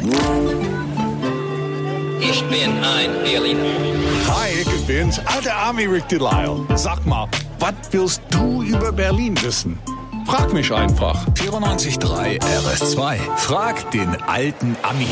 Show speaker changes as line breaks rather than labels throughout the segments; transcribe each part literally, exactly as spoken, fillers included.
Ich bin ein Berliner.
Hi, ich bin's, alter Army Rick Delisle. Sag mal, was willst du über Berlin wissen? Frag mich einfach.
vierundneunzig Komma drei R S zwei. Frag den alten Ami.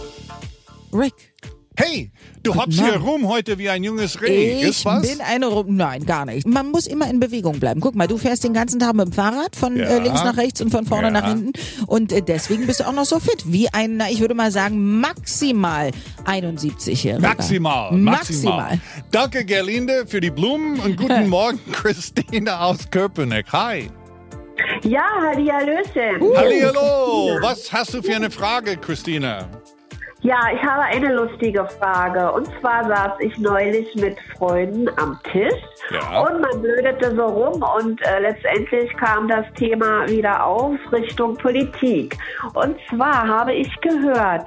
Rick.
Hey, du hoppst
Mann.
hier rum heute wie ein junges Reh.
Ich
Ist was?
bin eine Rum... Nein, gar nicht. Man muss immer in Bewegung bleiben. Guck mal, du fährst den ganzen Tag mit dem Fahrrad von
Ja.
äh, links nach rechts und von vorne
Ja.
nach hinten. Und äh, deswegen bist du auch noch so fit. Wie ein, na, ich würde mal sagen, maximal einundsiebzigjähriger.
Maximal, maximal.
Maximal.
Danke, Gerlinde, für die Blumen und guten Morgen, Christine aus Köpenick. Hi.
Ja, hallihallöchen.
Uh.
Hallihallo. Was hast du für eine Frage, Christine?
Ja, ich habe eine lustige Frage. Und zwar saß ich neulich mit Freunden am Tisch
Ja.
und man blödete so rum und äh, letztendlich kam das Thema wieder auf Richtung Politik. Und zwar habe ich gehört,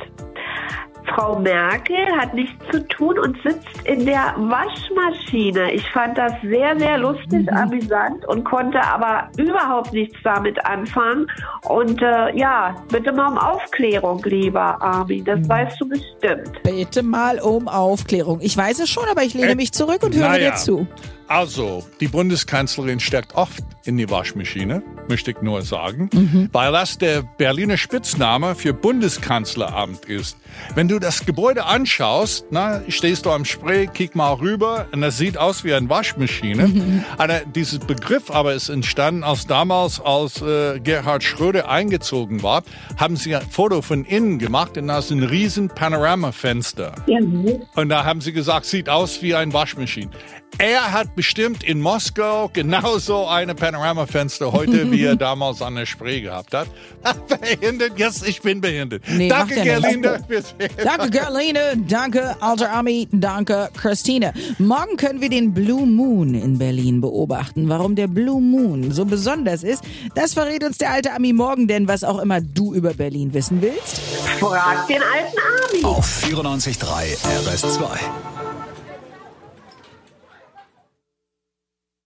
Frau Merkel hat nichts zu tun und sitzt in der Waschmaschine. Ich fand das sehr, sehr lustig,
Mhm.
amüsant und konnte aber überhaupt nichts damit anfangen. Und äh, ja, bitte mal um Aufklärung, lieber Armin. Das
Mhm.
weißt du bestimmt.
Bitte mal um Aufklärung. Ich weiß es schon, aber ich lehne
Äh,
mich zurück und höre
naja.
dir zu.
Also, die Bundeskanzlerin steckt oft in die Waschmaschine, möchte ich nur sagen,
Mhm.
weil das der Berliner Spitzname für Bundeskanzleramt ist. Wenn du das Gebäude anschaust, na, stehst du am Spree, kick mal rüber und das sieht aus wie eine Waschmaschine.
Mhm.
Aber dieses Begriff aber ist entstanden, als damals, als äh, Gerhard Schröder eingezogen war, haben sie ein Foto von innen gemacht und da ist ein riesen Panoramafenster. Und da haben sie gesagt, sieht aus wie eine Waschmaschine. Er hat bestimmt in Moskau genauso eine Panoramafenster heute, wie er damals an der Spree gehabt hat. Behindert? Yes, ich bin behindert.
Nee,
Danke,
macht ja nichts.
Gerlinde. Wir sehen
Danke, Gerline. Danke, alter Ami. Danke, Christine. Morgen können wir den Blue Moon in Berlin beobachten. Warum der Blue Moon so besonders ist, das verrät uns der alte Ami morgen. Denn was auch immer du über Berlin wissen willst...
Frag den alten Armin.
Auf vierundneunzig Komma drei R S zwei.